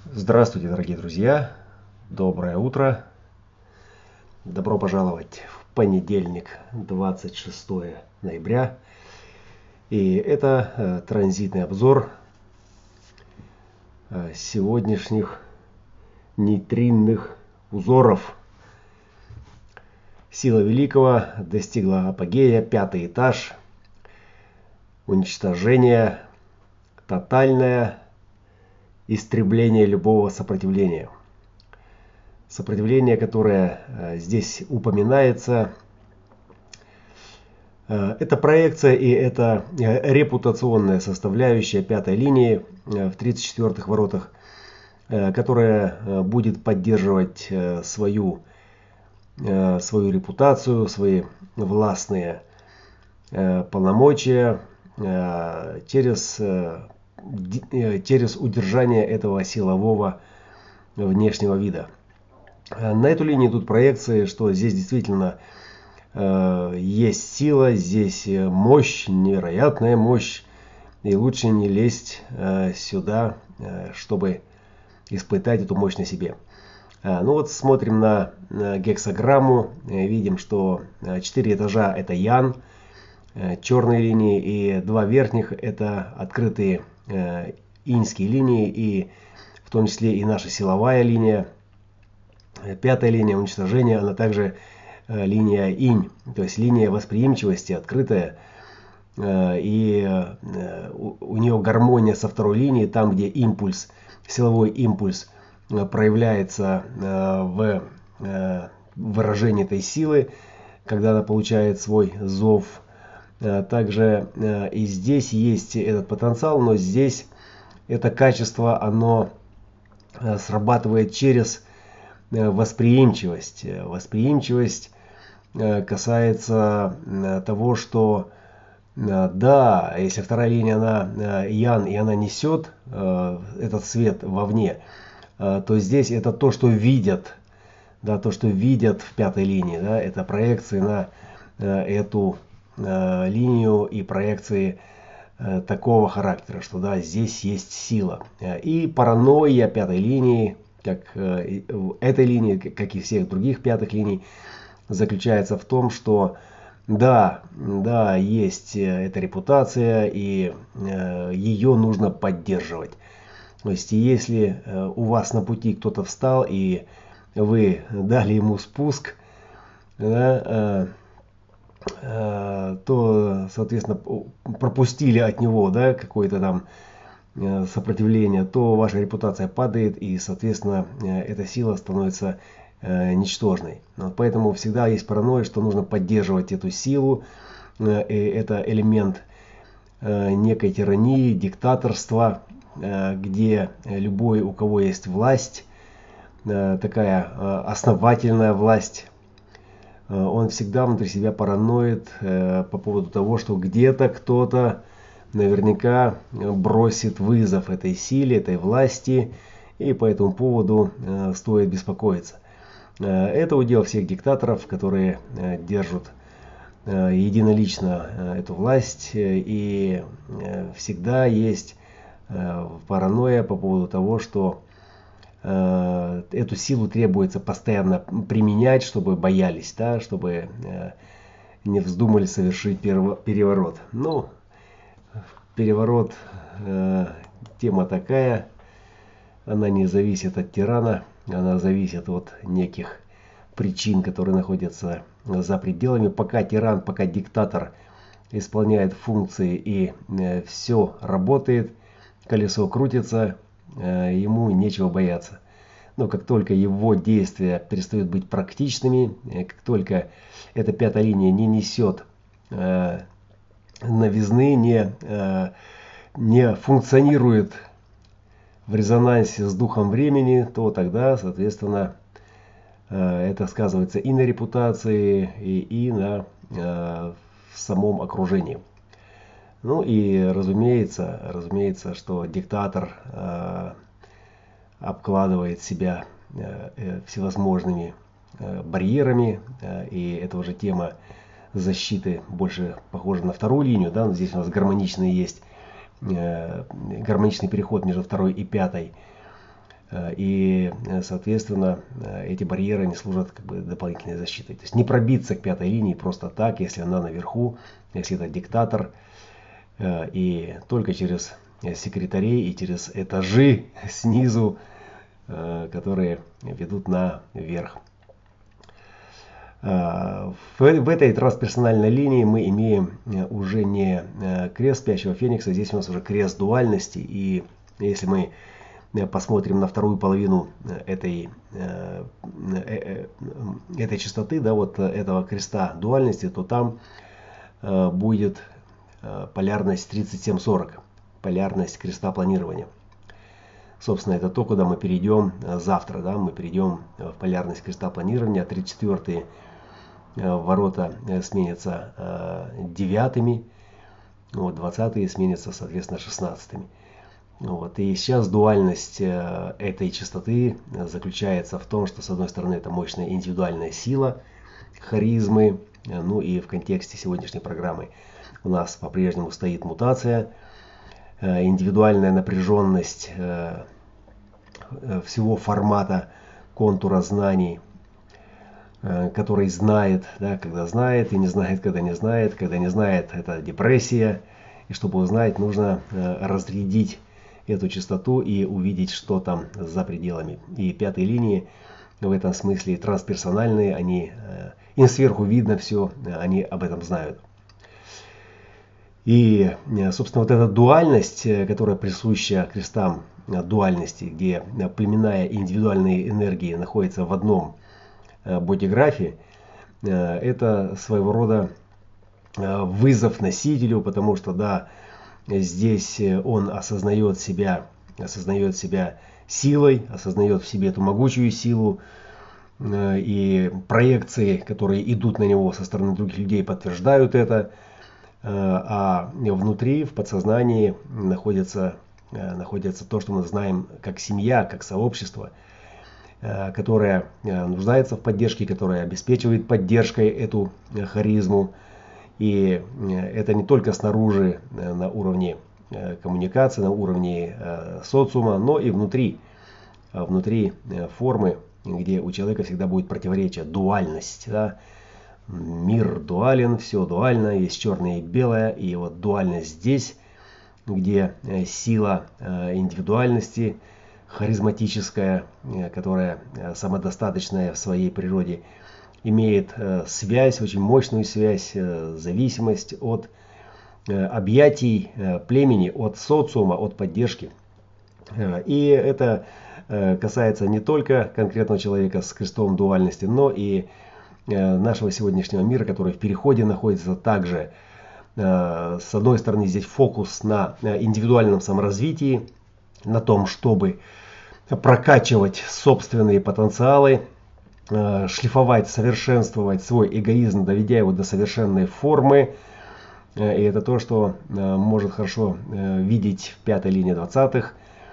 Здравствуйте, дорогие друзья! Доброе утро! Добро пожаловать в понедельник, 26 ноября. И это транзитный обзор сегодняшних нейтринных узоров. Сила Великого достигла апогея, 5-й этаж. Уничтожение, тотальное истребление любого сопротивления. Сопротивление, которое здесь упоминается, это проекция и это репутационная составляющая 5-й линии в 34-х воротах, которая будет поддерживать свою репутацию, свои властные полномочия через удержание этого силового внешнего вида. На эту линию идут проекции, что здесь действительно есть сила, здесь мощь, невероятная мощь, и лучше не лезть сюда, чтобы испытать эту мощь на себе. Ну вот смотрим на гексограмму, видим, что 4 этажа это Ян, черные линии, и 2 верхних это открытые иньские линии, и в том числе и наша силовая линия. 5-я линия уничтожения, она также линия инь, то есть линия восприимчивости, открытая, и у нее гармония со 2-й линией, там где импульс, силовой импульс проявляется в выражении этой силы, когда она получает свой зов. Также и здесь есть этот потенциал, но здесь это качество, оно срабатывает через восприимчивость. Восприимчивость касается того, что да, если 2-я линия, она Ян, и она несет этот свет вовне, то здесь это то, что видят, да, то, что видят в 5-й линии, да, это проекции на эту линию и проекции такого характера, что да, здесь есть сила. И паранойя 5-й линии, как этой линии, как и всех других 5-х линий, заключается в том, что да, есть эта репутация, и ее нужно поддерживать. То есть, если у вас на пути кто-то встал, и вы дали ему спуск, да, то, соответственно, пропустили от него, да, какое-то там сопротивление, то ваша репутация падает, и, соответственно, эта сила становится ничтожной. Поэтому всегда есть паранойя, что нужно поддерживать эту силу. И это элемент некой тирании, диктаторства, где любой, у кого есть власть, такая основательная власть, он всегда внутри себя параноид по поводу того, что где-то кто-то наверняка бросит вызов этой силе, этой власти, и по этому поводу стоит беспокоиться. Это удел всех диктаторов, которые держат единолично эту власть, и всегда есть паранойя по поводу того, что эту силу требуется постоянно применять, чтобы боялись, да, чтобы не вздумали совершить переворот. Ну, переворот тема такая, она не зависит от тирана, она зависит от неких причин, которые находятся за пределами. Пока тиран, пока диктатор исполняет функции и все работает, колесо крутится, ему нечего бояться. Но как только его действия перестают быть практичными, как только эта 5-я линия не несет новизны, не функционирует в резонансе с духом времени, то тогда, соответственно, это сказывается и на репутации, и на самом окружении. Ну и разумеется, что диктатор обкладывает себя всевозможными барьерами, и это уже тема защиты больше похожа на 2-ю линию, да, но здесь у нас гармоничный есть гармоничный переход между 2-й и 5-й. И, соответственно, эти барьеры не служат как бы дополнительной защитой. То есть не пробиться к пятой линии просто так, если она наверху, если это диктатор. И только через секретарей и через этажи снизу, которые ведут наверх. В этой трансперсональной линии мы имеем уже не крест спящего феникса, здесь у нас уже крест дуальности. И если мы посмотрим на вторую половину этой частоты, да, вот этого креста дуальности, то там будет полярность 3740, полярность креста планирования. Собственно, это то, куда мы перейдем завтра. Да, мы перейдем в полярность креста планирования. 34-е ворота сменятся 9-ми, вот, 20-е сменятся, соответственно, 16-ми. Вот. И сейчас дуальность этой частоты заключается в том, что, с одной стороны, это мощная индивидуальная сила, харизмы. Ну и в контексте сегодняшней программы у нас по-прежнему стоит мутация, индивидуальная напряженность всего формата контура знаний, который знает, да, когда знает, и не знает, когда не знает. Когда не знает, это депрессия. И чтобы узнать, нужно разрядить эту частоту и увидеть, что там за пределами. И пятые линии в этом смысле трансперсональные, они, им сверху видно все, они об этом знают. И, собственно, вот эта дуальность, которая присуща крестам дуальности, где племенная и индивидуальные энергии находятся в одном бодиграфе, это своего рода вызов носителю, потому что, да, здесь он осознает себя силой, осознает в себе эту могучую силу, и проекции, которые идут на него со стороны других людей, подтверждают это. А внутри, в подсознании, находится то, что мы знаем как семья, как сообщество, которое нуждается в поддержке, которое обеспечивает поддержкой эту харизму. И это не только снаружи, на уровне коммуникации, на уровне социума, но и внутри формы, где у человека всегда будет противоречие, дуальность. Да? Мир дуален, все дуально, есть черное и белое, и вот дуальность здесь, где сила индивидуальности, харизматическая, которая самодостаточная в своей природе, имеет связь, очень мощную связь, зависимость от объятий племени, от социума, от поддержки. И это касается не только конкретного человека с крестом дуальности, но и нашего сегодняшнего мира, который в переходе находится. Также, с одной стороны, здесь фокус на индивидуальном саморазвитии, на том, чтобы прокачивать собственные потенциалы, шлифовать, совершенствовать свой эгоизм, доведя его до совершенной формы. И это то, что может хорошо видеть в пятой линии 20-х.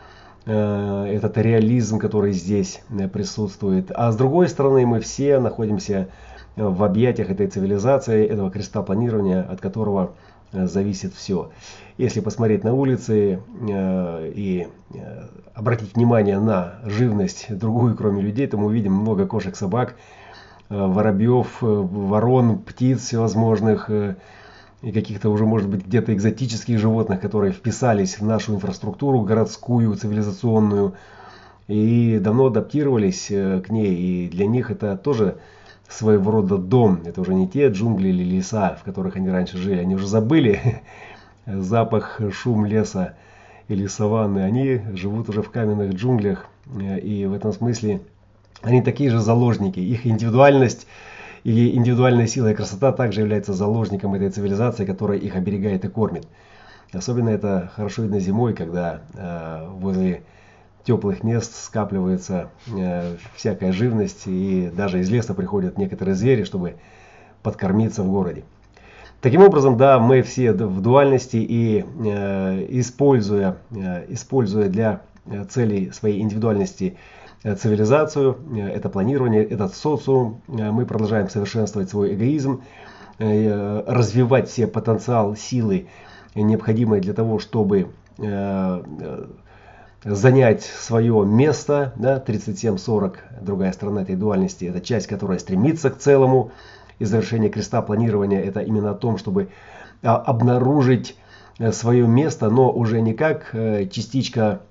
Этот реализм, который здесь присутствует. А с другой стороны, мы все находимся в объятиях этой цивилизации, этого креста планирования, от которого зависит все. Если посмотреть на улицы и обратить внимание на живность другую, кроме людей, то мы увидим много кошек, собак, воробьев, ворон, птиц всевозможных, и каких-то уже, может быть, где-то экзотических животных, которые вписались в нашу инфраструктуру городскую, цивилизационную, и давно адаптировались к ней. И для них это тоже своего рода дом. Это уже не те джунгли или леса, в которых они раньше жили. Они уже забыли запах, шум леса или саванны. Они живут уже в каменных джунглях. И в этом смысле они такие же заложники. Их индивидуальность и индивидуальная сила и красота также являются заложником этой цивилизации, которая их оберегает и кормит. Особенно это хорошо видно зимой, когда возле теплых мест скапливается всякая живность, и даже из леса приходят некоторые звери, чтобы подкормиться в городе. Таким образом, да, мы все в дуальности, и используя для целей своей индивидуальности цивилизацию, это планирование, этот социум, мы продолжаем совершенствовать свой эгоизм, развивать все потенциал, силы, необходимые для того, чтобы занять свое место, да, 37-40, другая сторона этой дуальности, это часть, которая стремится к целому, и завершение креста планирования это именно о том, чтобы обнаружить свое место, но уже не как частичка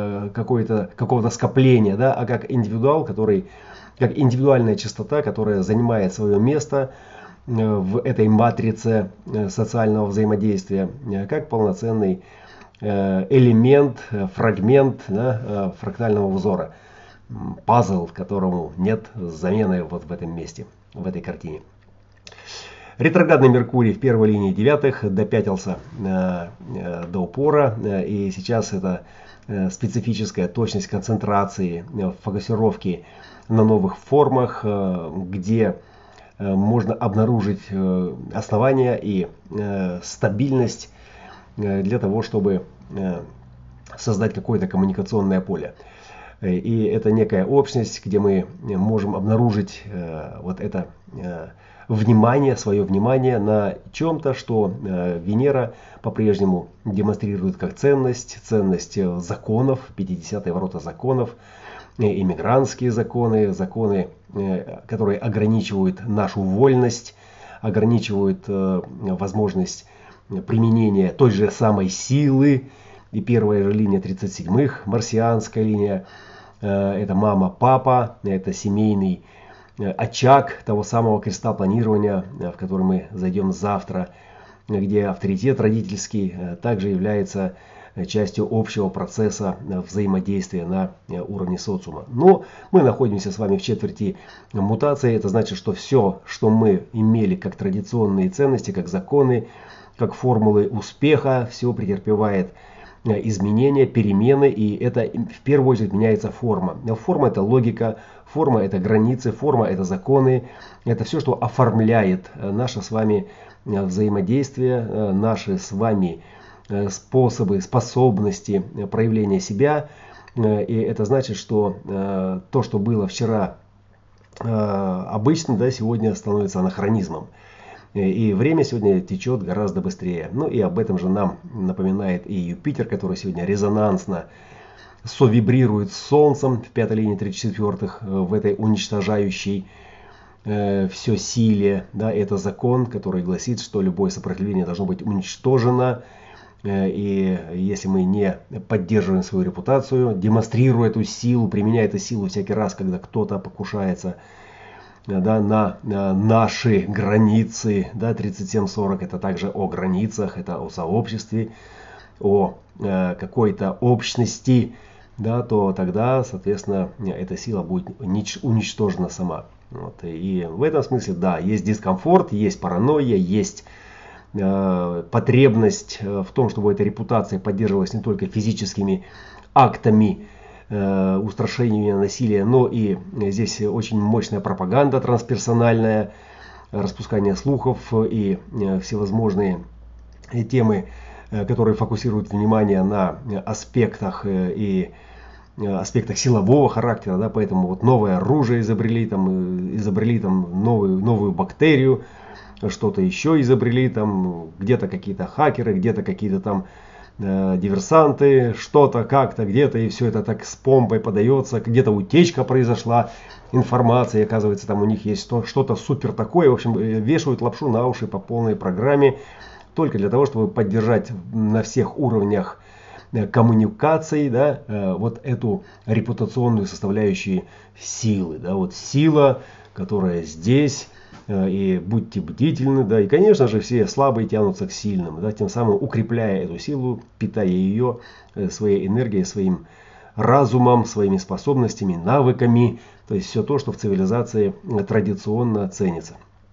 какого-то скопления, да, а как индивидуал, как индивидуальная частота, которая занимает свое место в этой матрице социального взаимодействия, как полноценный элемент, фрагмент, да, фрактального узора, пазл, которому нет замены вот в этом месте, в этой картине. Ретроградный Меркурий в первой линии девятых допятился до упора, и сейчас это специфическая точность концентрации, фокусировки на новых формах, где можно обнаружить основания и стабильность для того, чтобы создать какое-то коммуникационное поле. И это некая общность, где мы можем обнаружить вот это внимание, свое внимание на чем-то, что Венера по-прежнему демонстрирует как ценность законов, 50-е ворота законов, иммигрантские законы, законы, которые ограничивают нашу вольность, ограничивают возможность применения той же самой силы. И первая же линия 37-х, марсианская линия, это мама, папа, это семейный очаг того самого креста планирования, в который мы зайдем завтра, где авторитет родительский также является частью общего процесса взаимодействия на уровне социума. Но мы находимся с вами в четверти мутации. Это значит, что все, что мы имели как традиционные ценности, как законы, как формулы успеха, все претерпевает изменения, перемены, и это в первую очередь меняется форма. Форма — это логика, форма — это границы, форма — это законы, это все, что оформляет наше с вами взаимодействие, наши с вами способы, способности проявления себя. И это значит, что то, что было вчера обычным, да, сегодня становится анахронизмом. И время сегодня течет гораздо быстрее. Ну и об этом же нам напоминает и Юпитер, который сегодня резонансно совибрирует с Солнцем в пятой линии 34-х, в этой уничтожающей все силе. Да, это закон, который гласит, что любое сопротивление должно быть уничтожено. И если мы не поддерживаем свою репутацию, демонстрируя эту силу, применяя эту силу всякий раз, когда кто-то покушается, да, на наши границы, да, 37-40 это также о границах, это о сообществе, о какой-то общности, да, то тогда, соответственно, эта сила будет уничтожена сама. Вот. И в этом смысле, да, есть дискомфорт, есть паранойя, есть потребность в том, чтобы эта репутация поддерживалась не только физическими актами устрашения насилия, но и здесь очень мощная пропаганда трансперсональная, распускание слухов и всевозможные темы, которые фокусируют внимание на аспектах и аспектах силового характера, да, поэтому вот новое оружие изобрели там новую бактерию, что-то еще изобрели, там где-то какие-то хакеры, где-то какие-то там диверсанты, что-то как-то где-то, и все это так с помпой подается, где-то утечка произошла информации, оказывается, там у них есть что-то супер такое, в общем, вешают лапшу на уши по полной программе, только для того, чтобы поддержать на всех уровнях коммуникаций, да, вот эту репутационную составляющую силы, да, вот сила, которая здесь. И будьте бдительны, да, и конечно же все слабые тянутся к сильным, да, тем самым укрепляя эту силу, питая ее своей энергией, своим разумом, своими способностями, навыками, то есть все то, что в цивилизации традиционно ценится.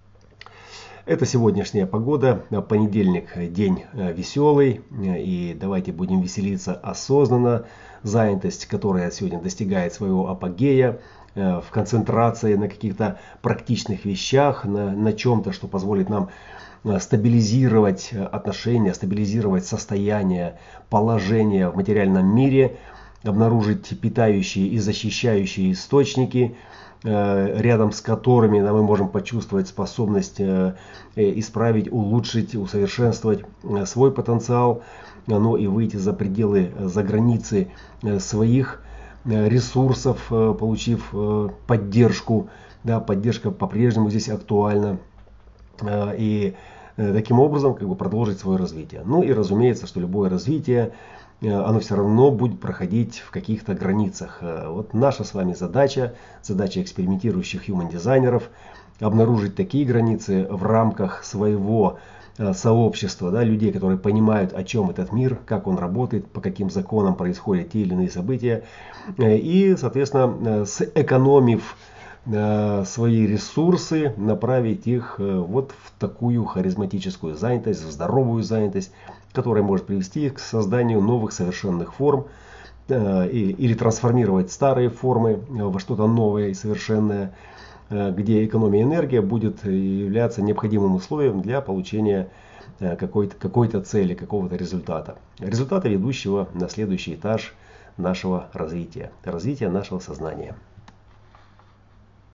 Это сегодняшняя погода, понедельник, день веселый, и давайте будем веселиться осознанно. Занятость, которая сегодня достигает своего апогея, в концентрации на каких-то практичных вещах, на чем-то, что позволит нам стабилизировать отношения, стабилизировать состояние, положение в материальном мире, обнаружить питающие и защищающие источники, рядом с которыми мы можем почувствовать способность исправить, улучшить, усовершенствовать свой потенциал, ну и выйти за пределы, за границы своих ресурсов, получив поддержку. Да, поддержка по-прежнему здесь актуальна. И таким образом продолжить свое развитие. Ну и разумеется, что любое развитие, оно все равно будет проходить в каких-то границах. Вот наша с вами задача экспериментирующих human дизайнеров, обнаружить такие границы в рамках своего сообщества, да, людей, которые понимают, о чем этот мир, как он работает, по каким законам происходят те или иные события. И, соответственно, сэкономив свои ресурсы, направить их вот в такую харизматическую занятость, в здоровую занятость, которая может привести к созданию новых совершенных форм или трансформировать старые формы во что-то новое и совершенное, где экономия энергии будет являться необходимым условием для получения какой-то цели, какого-то результата. Результата, ведущего на следующий этаж нашего развития нашего сознания.